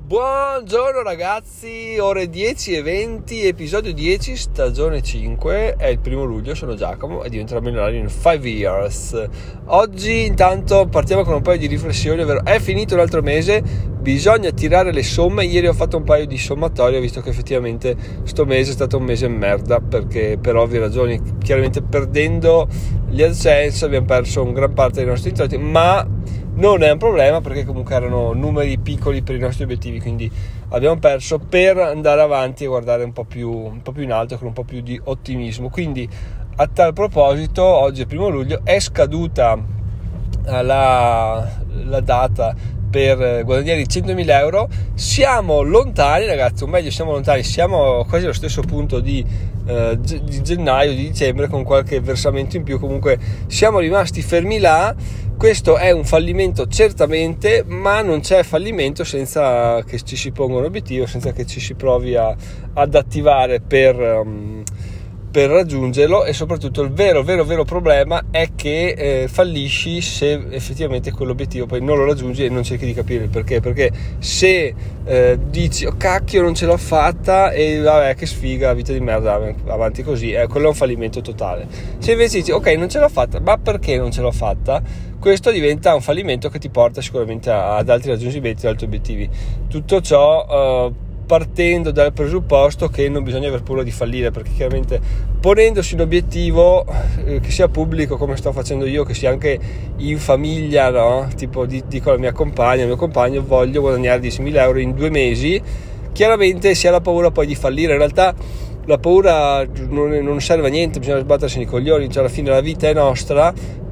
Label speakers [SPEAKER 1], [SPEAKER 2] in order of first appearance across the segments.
[SPEAKER 1] Buongiorno ragazzi, ore 10:20, episodio 10, stagione 5, è il 1 luglio, sono Giacomo e diventerò milionario in 5 years. Oggi intanto partiamo con un paio di riflessioni, ovvero è finito l'altro mese, bisogna tirare le somme. Ieri ho fatto un paio di sommatorio, visto che effettivamente sto mese è stato un mese merda, perché per ovvie ragioni, chiaramente perdendo gli AdSense abbiamo perso un gran parte dei nostri introiti, ma non è un problema perché comunque erano numeri piccoli per i nostri obiettivi, quindi abbiamo perso per andare avanti e guardare un po' più in alto, con un po' più di ottimismo. Quindi a tal proposito, oggi è 1 luglio, è scaduta la data per guadagnare i 100.000 euro. Siamo lontani ragazzi, o meglio siamo quasi allo stesso punto di gennaio, di dicembre, con qualche versamento in più. Comunque siamo rimasti fermi là. Questo è un fallimento certamente, ma non c'è fallimento senza che ci si ponga un obiettivo, senza che ci si provi ad attivare per raggiungerlo. E soprattutto il vero problema è che fallisci se effettivamente quell'obiettivo poi non lo raggiungi e non cerchi di capire il perché se dici oh cacchio non ce l'ho fatta e vabbè che sfiga, vita di merda, avanti così, quello è un fallimento totale. Se invece dici ok non ce l'ho fatta, ma perché non ce l'ho fatta, questo diventa un fallimento che ti porta sicuramente ad altri raggiungimenti, ad altri obiettivi. Tutto ciò partendo dal presupposto che non bisogna aver paura di fallire, perché chiaramente ponendosi un obiettivo che sia pubblico come sto facendo io, che sia anche in famiglia, no? Tipo dico alla mia compagna, al mio compagno voglio guadagnare 10.000 euro in 2 mesi, chiaramente si ha la paura poi di fallire. In realtà la paura non serve a niente, bisogna sbattersi nei coglioni, cioè alla fine la vita è nostra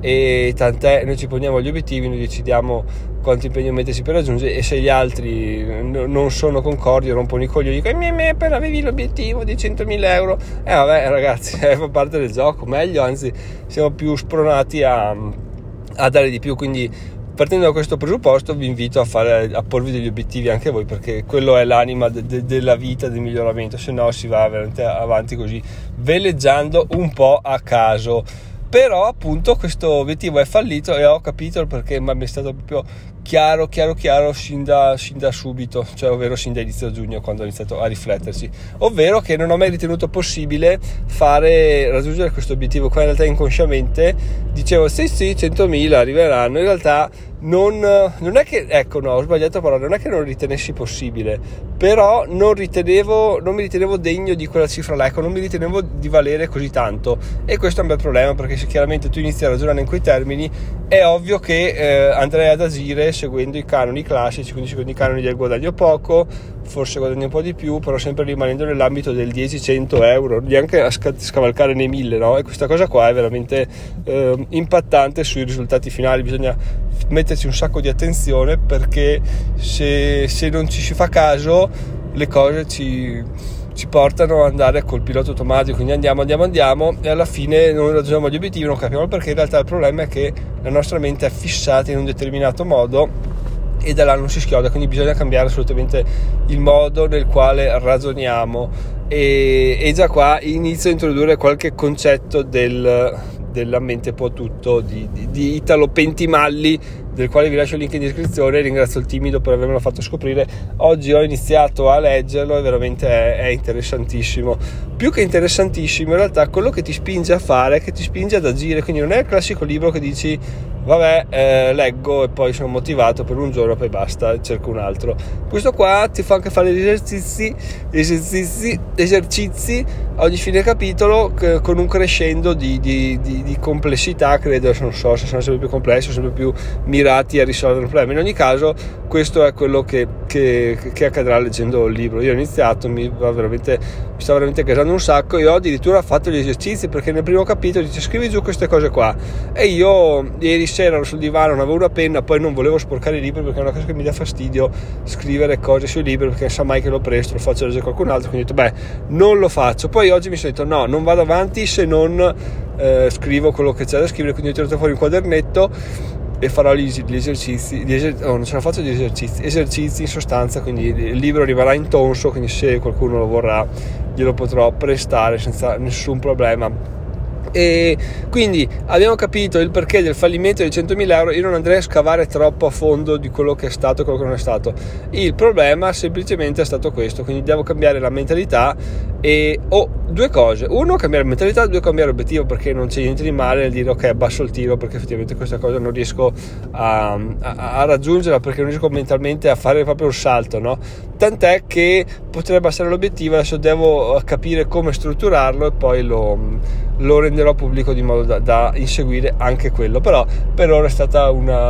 [SPEAKER 1] e tant'è, noi ci poniamo gli obiettivi, noi decidiamo quanto impegno mettersi per raggiungere, e se gli altri non sono concordi o rompono i coglioni, dicono me appena avevi l'obiettivo di 100.000 euro, vabbè ragazzi, fa parte del gioco, meglio, anzi siamo più spronati a dare di più. Quindi partendo da questo presupposto vi invito a porvi degli obiettivi anche voi, perché quello è l'anima della vita, del miglioramento, se no si va veramente avanti così veleggiando un po' a caso. Però appunto questo obiettivo è fallito e ho capito perché, ma mi è stato proprio chiaro sin da subito, cioè ovvero sin da inizio giugno, quando ho iniziato a rifletterci, ovvero che non ho mai ritenuto possibile raggiungere questo obiettivo. Qua in realtà inconsciamente dicevo sì 100.000 arriveranno, in realtà non è che, ho sbagliato parola, non è che non ritenessi possibile, però non mi ritenevo degno di quella cifra là, non mi ritenevo di valere così tanto, e questo è un bel problema, perché se chiaramente tu inizi a ragionare in quei termini è ovvio che andrei ad agire seguendo i canoni classici, quindi seguendo i canoni del guadagno poco, forse guadagno un po' di più, però sempre rimanendo nell'ambito del 10-100 euro, neanche a scavalcare nei 1.000, no? E questa cosa qua è veramente impattante sui risultati finali. Bisogna metterci un sacco di attenzione, perché se non ci si fa caso le cose ci portano ad andare col pilota automatico, quindi andiamo e alla fine non raggiungiamo gli obiettivi, non capiamo il perché. In realtà il problema è che la nostra mente è fissata in un determinato modo e da là non si schioda, quindi bisogna cambiare assolutamente il modo nel quale ragioniamo, e già qua inizio a introdurre qualche concetto della mente può tutto di Italo Pentimalli, del quale vi lascio il link in descrizione. Ringrazio il timido per avermelo fatto scoprire. Oggi ho iniziato a leggerlo e veramente è interessantissimo. Più che interessantissimo, in realtà quello che ti spinge a fare, che ti spinge ad agire. Quindi non è il classico libro che dici vabbè leggo e poi sono motivato per un giorno, poi basta, cerco un altro. Questo qua ti fa anche fare gli esercizi ogni fine capitolo, con un crescendo di complessità, credo. Non so se sono sempre più complessi o sempre più mirati a risolvere un problema. In ogni caso questo è quello che accadrà leggendo il libro. Io ho iniziato, mi sta veramente casando un sacco, e ho addirittura fatto gli esercizi, perché nel primo capitolo dice scrivi giù queste cose qua, e io ieri sera ero sul divano, non avevo una penna, poi non volevo sporcare i libri perché è una cosa che mi dà fastidio scrivere cose sui libri, perché non sa mai che lo presto, lo faccio leggere qualcun altro, quindi ho detto non lo faccio. Poi oggi mi sono detto no, non vado avanti se non scrivo quello che c'è da scrivere, quindi ho tirato fuori un quadernetto e farò gli esercizi, non ce la faccio, gli esercizi in sostanza, quindi il libro rimarrà intonso, quindi se qualcuno lo vorrà glielo potrò prestare senza nessun problema. E quindi abbiamo capito il perché del fallimento di 100.000 euro. Io non andrei a scavare troppo a fondo di quello che è stato e quello che non è stato. Il problema semplicemente è stato questo, quindi devo cambiare la mentalità e due cose: uno, cambiare mentalità; due, cambiare obiettivo, perché non c'è niente di male nel dire ok, abbasso il tiro perché effettivamente questa cosa non riesco a raggiungerla, perché non riesco mentalmente a fare proprio il salto, no? Tant'è che potrebbe essere l'obiettivo, adesso devo capire come strutturarlo e poi lo renderò pubblico di modo da inseguire anche quello. Però per ora è stata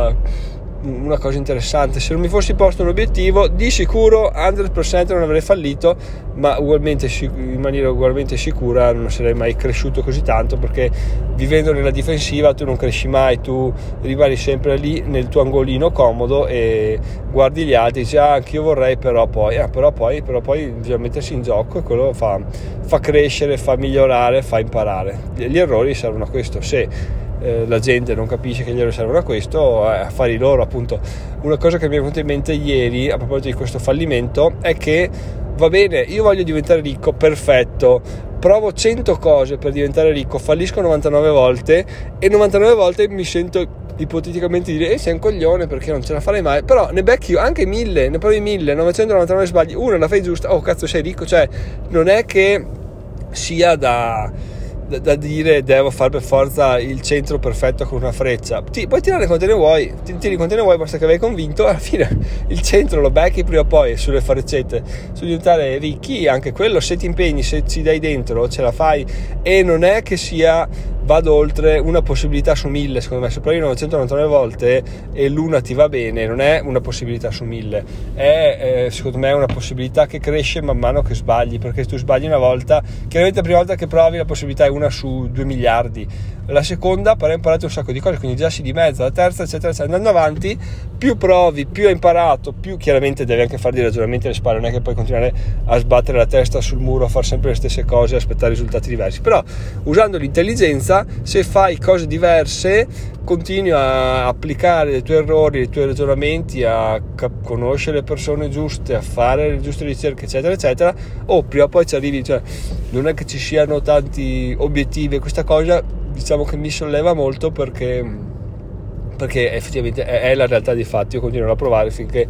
[SPEAKER 1] una cosa interessante. Se non mi fossi posto un obiettivo, di sicuro 100% non avrei fallito, ma ugualmente, in maniera ugualmente sicura, non sarei mai cresciuto così tanto, perché vivendo nella difensiva tu non cresci mai, tu rimani sempre lì nel tuo angolino comodo e guardi gli altri, dici anche io vorrei, però poi bisogna mettersi in gioco, e quello fa crescere, fa migliorare, fa imparare. Gli errori servono a questo. Se la gente non capisce che gli errori servono a questo, affari loro, appunto. Una cosa che mi è venuta in mente ieri a proposito di questo fallimento è che va bene, io voglio diventare ricco, perfetto, provo 100 cose per diventare ricco, fallisco 99 volte e 99 volte mi sento ipoteticamente dire sei un coglione perché non ce la farei mai, però ne becchi anche 1000, ne provi 1000, 999 sbagli, una la fai giusta, oh cazzo sei ricco. Cioè non è che sia da dire devo fare per forza il centro perfetto con una freccia. Puoi tirare quante ne vuoi, tiri quante ne vuoi, basta che vai convinto, alla fine il centro lo becchi prima o poi. Sulle freccette, su diventare ricchi, anche quello, se ti impegni, se ci dai dentro, ce la fai. E non è che vado oltre una possibilità su 1000, secondo me. Se provi 999 volte e l'una ti va bene, non è una possibilità su 1000, è secondo me una possibilità che cresce man mano che sbagli, perché tu sbagli una volta, chiaramente la prima volta che provi la possibilità è 1 su 2 miliardi, la seconda però hai imparato un sacco di cose, quindi già si dimezza, la terza eccetera eccetera. Andando avanti, più provi, più hai imparato, più chiaramente devi anche fare dei ragionamenti alle spalle, non è che puoi continuare a sbattere la testa sul muro, a fare sempre le stesse cose e aspettare risultati diversi. Però usando l'intelligenza, se fai cose diverse, continui a applicare i tuoi errori, i tuoi ragionamenti, a conoscere le persone giuste, a fare le giuste ricerche eccetera eccetera, prima o poi ci arrivi. Cioè non è che ci siano tanti obiettivi, questa cosa diciamo che mi solleva molto, perché effettivamente è la realtà dei fatti. Io continuerò a provare finché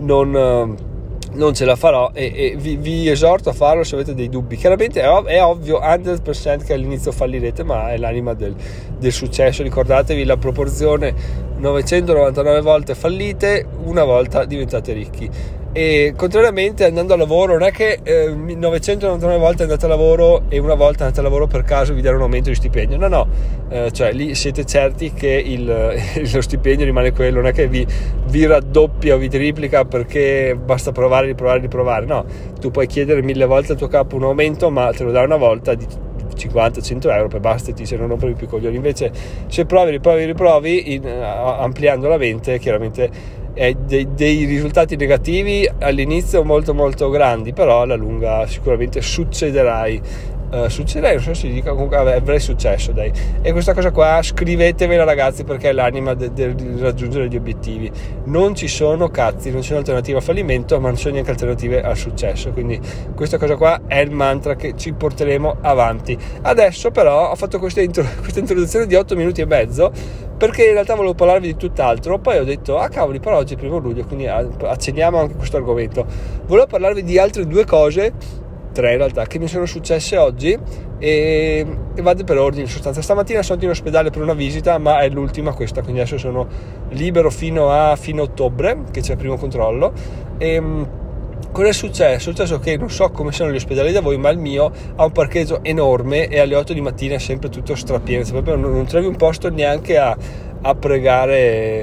[SPEAKER 1] non ce la farò, e vi esorto a farlo se avete dei dubbi. Chiaramente è ovvio 100% che all'inizio fallirete, ma è l'anima del successo. Ricordatevi la proporzione: 999 volte fallite, una volta diventate ricchi. E contrariamente, andando a lavoro, non è che 999 volte andate a lavoro e una volta andate a lavoro per caso vi darà un aumento di stipendio. No, cioè lì siete certi che lo stipendio rimane quello, non è che vi raddoppia o vi triplica perché basta provare, riprovare. No, tu puoi chiedere 1000 volte al tuo capo un aumento, ma te lo dà una volta di 50-100 euro, poi basta, ti non rompono più coglioni. Invece se provi, riprovi, ampliando la mente, chiaramente dei risultati negativi all'inizio molto molto grandi, però alla lunga sicuramente succederai, non so se si dica, comunque avrai successo, dai. E questa cosa qua scrivetevela, ragazzi, perché è l'anima del raggiungere gli obiettivi. Non ci sono cazzi, non c'è un'alternativa al fallimento, ma non ci sono neanche alternative al successo, quindi questa cosa qua è il mantra che ci porteremo avanti. Adesso però ho fatto questa introduzione di 8 minuti e mezzo, perché in realtà volevo parlarvi di tutt'altro. Poi ho detto cavoli, però oggi è 1 luglio, quindi accenniamo anche questo argomento. Volevo parlarvi di altre 2 cose, 3 in realtà, che mi sono successe oggi, e vado per ordine in sostanza. Stamattina sono andato in ospedale per una visita, ma è l'ultima questa, quindi adesso sono libero fino a ottobre, che c'è il primo controllo. Cosa è successo? È successo che non so come sono gli ospedali da voi, ma il mio ha un parcheggio enorme e alle 8 di mattina è sempre tutto strapieno, cioè proprio non trovi un posto neanche a pregare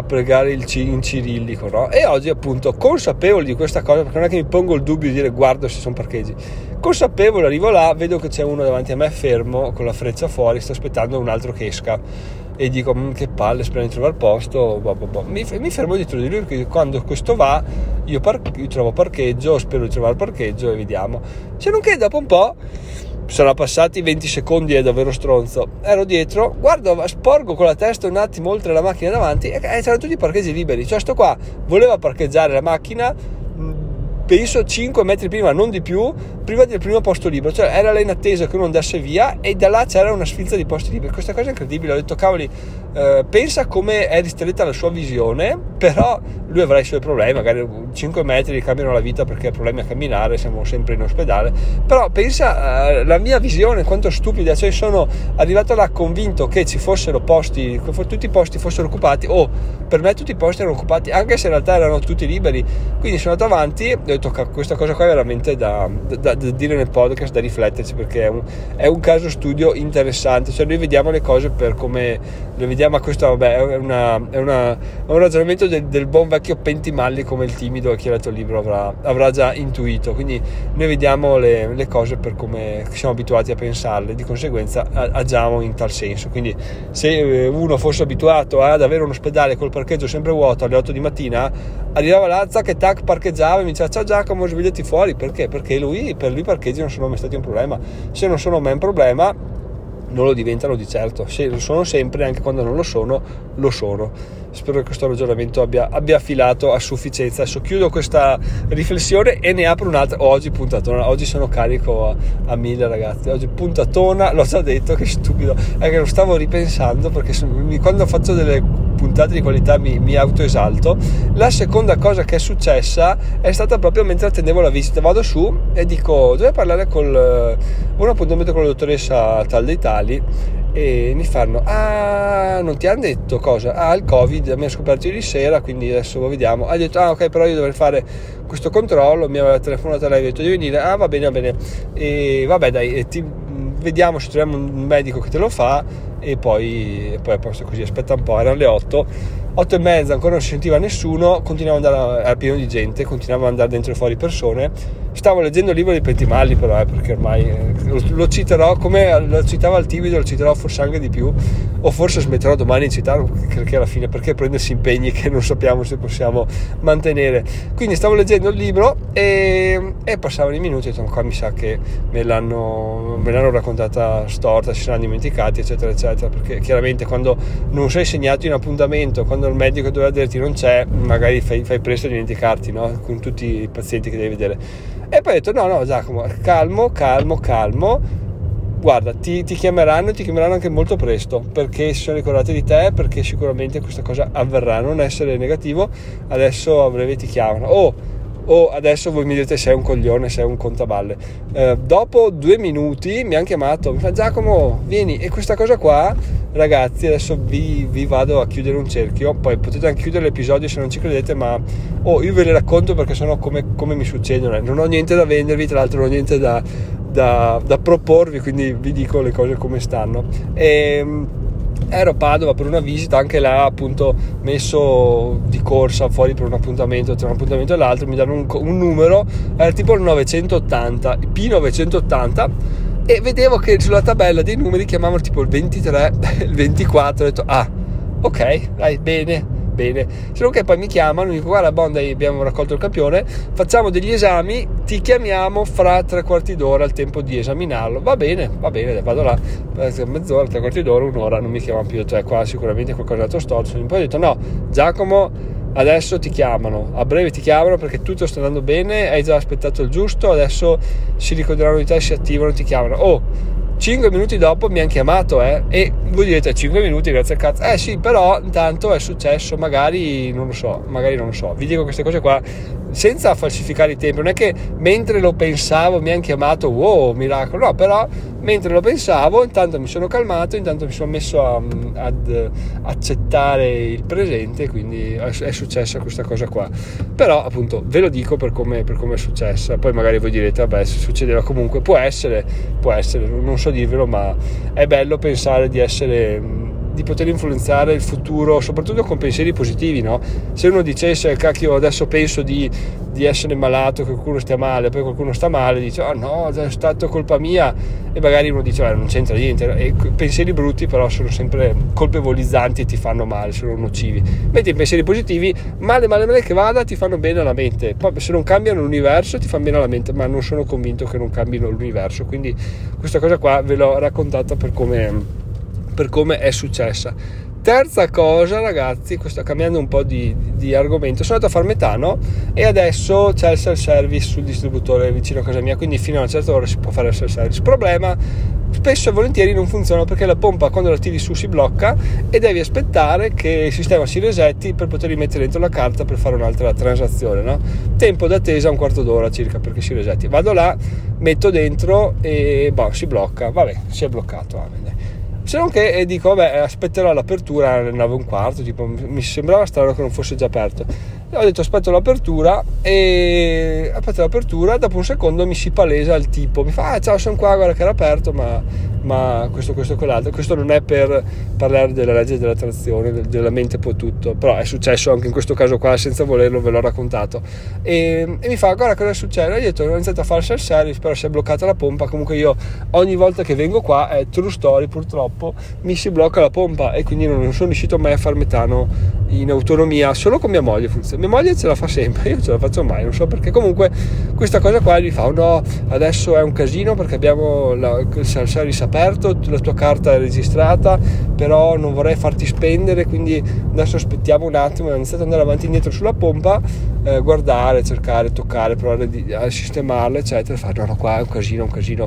[SPEAKER 1] in cirillico, no? E oggi, appunto, consapevoli di questa cosa, perché non è che mi pongo il dubbio di dire guardo se sono parcheggi, consapevole, arrivo là, vedo che c'è uno davanti a me fermo con la freccia fuori, sto aspettando un altro che esca, e dico che palle, spero di trovare posto. Mi fermo dietro di lui, perché quando questo va io trovo parcheggio, spero di trovare parcheggio e vediamo. Se non che dopo un po', sono passati 20 secondi, è davvero stronzo, ero dietro, guardo, sporgo con la testa un attimo oltre la macchina davanti e c'erano tutti i parcheggi liberi. Cioè sto qua voleva parcheggiare la macchina penso 5 metri prima, non di più, prima del primo posto libero, cioè era là in attesa che uno andasse via e da là c'era una sfilza di posti liberi. Questa cosa è incredibile, ho detto cavoli, pensa come è ristretta la sua visione, però lui avrà i suoi problemi, magari 5 metri gli cambiano la vita perché ha problemi a camminare, siamo sempre in ospedale, però pensa la mia visione quanto stupida, cioè sono arrivato là convinto che ci fossero posti, che tutti i posti fossero occupati, per me tutti i posti erano occupati, anche se in realtà erano tutti liberi. Quindi sono andato avanti e ho detto questa cosa qua è veramente da dire nel podcast, da rifletterci, perché è un caso studio interessante, cioè noi vediamo le cose per come le vediamo, ma questo vabbè è un ragionamento del buon vecchio Pentimalli, come il timido, e chi ha letto il libro avrà già intuito. Quindi noi vediamo le cose per come siamo abituati a pensarle, di conseguenza agiamo in tal senso. Quindi se uno fosse abituato ad avere un ospedale col parcheggio sempre vuoto alle 8 di mattina, arrivava là, zac e tac, parcheggiava e mi diceva ciao Giacomo, svegliati fuori. Perché? Perché per lui i parcheggi non sono mai stati un problema. Se non sono mai un problema, non lo diventano di certo. Se lo sono sempre, anche quando non lo sono, lo sono. Spero che questo ragionamento abbia affilato a sufficienza. Adesso chiudo questa riflessione e ne apro un'altra. Oggi puntatona, oggi sono carico a 1000 ragazzi, oggi puntatona, l'ho già detto, che stupido, è che lo stavo ripensando, perché quando faccio delle puntate di qualità mi autoesalto. La seconda cosa che è successa è stata proprio mentre attendevo la visita. Vado su e dico devo parlare un appuntamento con la dottoressa tal dei tali, e mi fanno non ti hanno detto cosa? Il Covid, mi ha scoperto ieri sera, quindi adesso lo vediamo. Ha detto ok, però io dovrei fare questo controllo, mi aveva telefonato lei, ha detto devi venire, va bene, e vabbè dai, vediamo se troviamo un medico che te lo fa, e poi a posto così. Aspetta un po', erano le 8:30, ancora non si sentiva nessuno, continuava ad andare, era pieno di gente, continuava ad andare dentro e fuori persone. Stavo leggendo il libro di Pentimalli, però perché ormai lo citerò come lo citava al timido, lo citerò forse anche di più, o forse smetterò domani di citarlo, perché alla fine perché prendersi impegni che non sappiamo se possiamo mantenere. Quindi stavo leggendo il libro e passavano i minuti e ho detto qua mi sa che me l'hanno raccontata storta, si saranno dimenticati, eccetera eccetera, perché chiaramente quando non sei segnato in appuntamento, quando il medico doveva dirti non c'è, magari fai presto a dimenticarti, no? Con tutti i pazienti che devi vedere. E poi ho detto no Giacomo, calmo, guarda, ti chiameranno anche molto presto, perché si sono ricordati di te, perché sicuramente questa cosa avverrà. Non essere negativo, adesso a breve ti chiamano, adesso voi mi dite sei un coglione, sei un contaballe. Dopo 2 minuti mi hanno chiamato, mi fa Giacomo vieni, e questa cosa qua ragazzi, adesso vi vado a chiudere un cerchio, poi potete anche chiudere l'episodio se non ci credete, ma io ve le racconto perché sono come mi succedono, non ho niente da vendervi, tra l'altro non ho niente da proporvi, quindi vi dico le cose come stanno. Ero a Padova per una visita, anche là appunto messo di corsa fuori per un appuntamento, tra un appuntamento e l'altro mi danno un numero, era tipo il 980, il P980, e vedevo che sulla tabella dei numeri chiamavano tipo il 23, il 24, ho detto ok, dai, bene, se non che poi mi chiamano, mi dico guarda Dai, abbiamo raccolto il campione, facciamo degli esami, ti chiamiamo fra 3/4 d'ora al tempo di esaminarlo. Va bene, vado là, mezz'ora, 3/4 d'ora, un'ora, non mi chiamano più, cioè qua sicuramente qualcosa è andato storto. Poi ho detto no Giacomo, adesso ti chiamano, a breve ti chiamano perché tutto sta andando bene, hai già aspettato il giusto, adesso si ricorderanno di te, si attivano, ti chiamano. 5 minuti dopo mi hanno chiamato e voi direte 5 minuti grazie al cazzo, sì, però intanto è successo, magari non lo so, vi dico queste cose qua senza falsificare i tempi, non è che mentre lo pensavo mi hanno chiamato miracolo, no, però mentre lo pensavo intanto mi sono calmato, intanto mi sono messo ad accettare il presente, quindi è successa questa cosa qua. Però appunto ve lo dico per come è successa, poi magari voi direte vabbè, se succedeva comunque, può essere, non so dirvelo, ma è bello pensare di poter influenzare il futuro, soprattutto con pensieri positivi, no? Se uno dicesse cacchio adesso penso di essere malato, che qualcuno stia male, poi qualcuno sta male, dice no, è stato colpa mia, e magari uno dice non c'entra niente, e pensieri brutti però sono sempre colpevolizzanti e ti fanno male, sono nocivi, mentre i pensieri positivi male che vada ti fanno bene alla mente, poi se non cambiano l'universo ti fanno bene alla mente, ma non sono convinto che non cambino l'universo, quindi questa cosa qua ve l'ho raccontata per come è successa. Terza cosa, ragazzi, cambiando un po' di argomento, sono andato a far metano e adesso c'è il self-service sul distributore vicino a casa mia, quindi fino a una certa ora si può fare il self-service. Problema, spesso e volentieri non funziona perché la pompa quando la tiri su si blocca e devi aspettare che il sistema si resetti per poter rimettere dentro la carta per fare un'altra transazione, no? Tempo d'attesa un quarto d'ora circa perché si resetti. Vado là, metto dentro e si blocca, si è bloccato. Se non che dico, aspetterò l'apertura alle 9:15, tipo, mi sembrava strano che non fosse già aperto. Ho detto aspetto l'apertura e dopo un secondo mi si palesa il tipo, mi fa ciao, sono qua, guarda che era aperto, ma questo quell'altro. Questo non è per parlare della legge dell'attrazione, della mente può tutto, però è successo anche in questo caso qua, senza volerlo ve l'ho raccontato, e mi fa guarda cosa succede. Ho detto ho iniziato a fare il self-service, però si è bloccata la pompa. Comunque io ogni volta che vengo qua, è true story, purtroppo mi si blocca la pompa e quindi non sono riuscito mai a far metano in autonomia. Solo con mia moglie funziona, mia moglie ce la fa sempre, io ce la faccio mai, non so perché. Comunque questa cosa qua mi fa no, adesso è un casino perché abbiamo il self-service aperto, la tua carta è registrata, però non vorrei farti spendere, quindi adesso aspettiamo un attimo. Ho iniziato ad andare avanti e indietro sulla pompa, guardare, cercare, toccare, provare a sistemarla eccetera. Fa no, qua è un casino,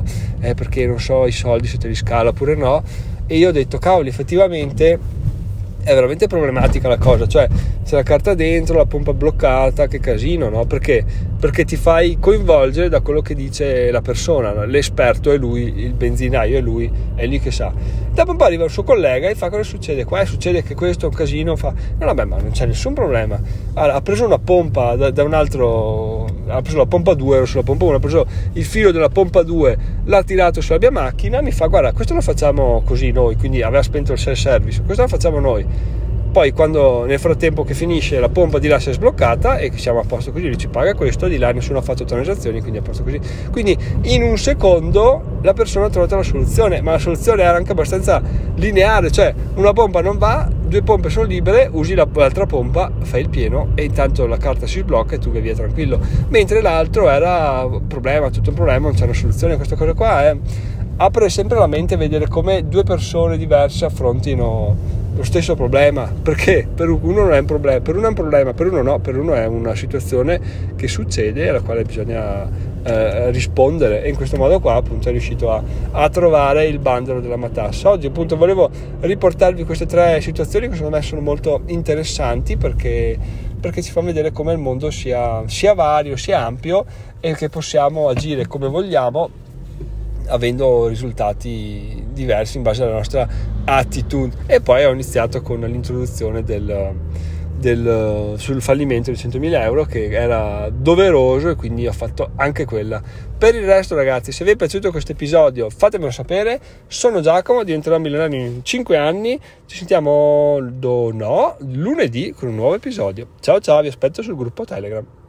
[SPEAKER 1] perché non so i soldi se te li scala oppure no. E io ho detto cavoli, effettivamente è veramente problematica la cosa, cioè c'è la carta dentro, la pompa bloccata, che casino, no? Perché ti fai coinvolgere da quello che dice la persona, no? L'esperto è lui, il benzinaio è lui, è lì che sa. Dopo un po' arriva il suo collega e fa cosa succede qua? Succede che questo è un casino, fa no vabbè, ma non c'è nessun problema. Allora, ha preso una pompa da un altro, ha preso la pompa 2, ero sulla pompa 1, ha preso il filo della pompa 2, l'ha tirato sulla mia macchina, mi fa guarda, questo lo facciamo così noi, quindi aveva spento il self-service, questo lo facciamo noi. Poi quando nel frattempo che finisce la pompa di là si è sbloccata e siamo a posto così, lui ci paga questo, di là nessuno ha fatto transazioni, quindi a posto così. Quindi in un secondo la persona ha trovato la soluzione, ma la soluzione era anche abbastanza lineare, cioè una pompa non va, 2 pompe sono libere, usi l'altra pompa, fai il pieno e intanto la carta si sblocca e tu vai via tranquillo, mentre l'altro era tutto un problema, non c'è una soluzione. Questa cosa qua apre sempre la mente a vedere come 2 persone diverse affrontino lo stesso problema, perché per uno non è un problema, per uno è un problema, per uno no, per uno è una situazione che succede alla quale bisogna rispondere, e in questo modo qua appunto è riuscito a trovare il bandolo della matassa. Oggi appunto volevo riportarvi queste 3 situazioni che secondo me sono molto interessanti perché ci fa vedere come il mondo sia vario, sia ampio e che possiamo agire come vogliamo avendo risultati diversi in base alla nostra attitudine. E poi ho iniziato con l'introduzione sul fallimento di 100.000 euro, che era doveroso, e quindi ho fatto anche quella. Per il resto, ragazzi, se vi è piaciuto questo episodio fatemelo sapere. Sono Giacomo, diventerò milionario in 5 anni. Ci sentiamo lunedì con un nuovo episodio. Ciao, vi aspetto sul gruppo Telegram.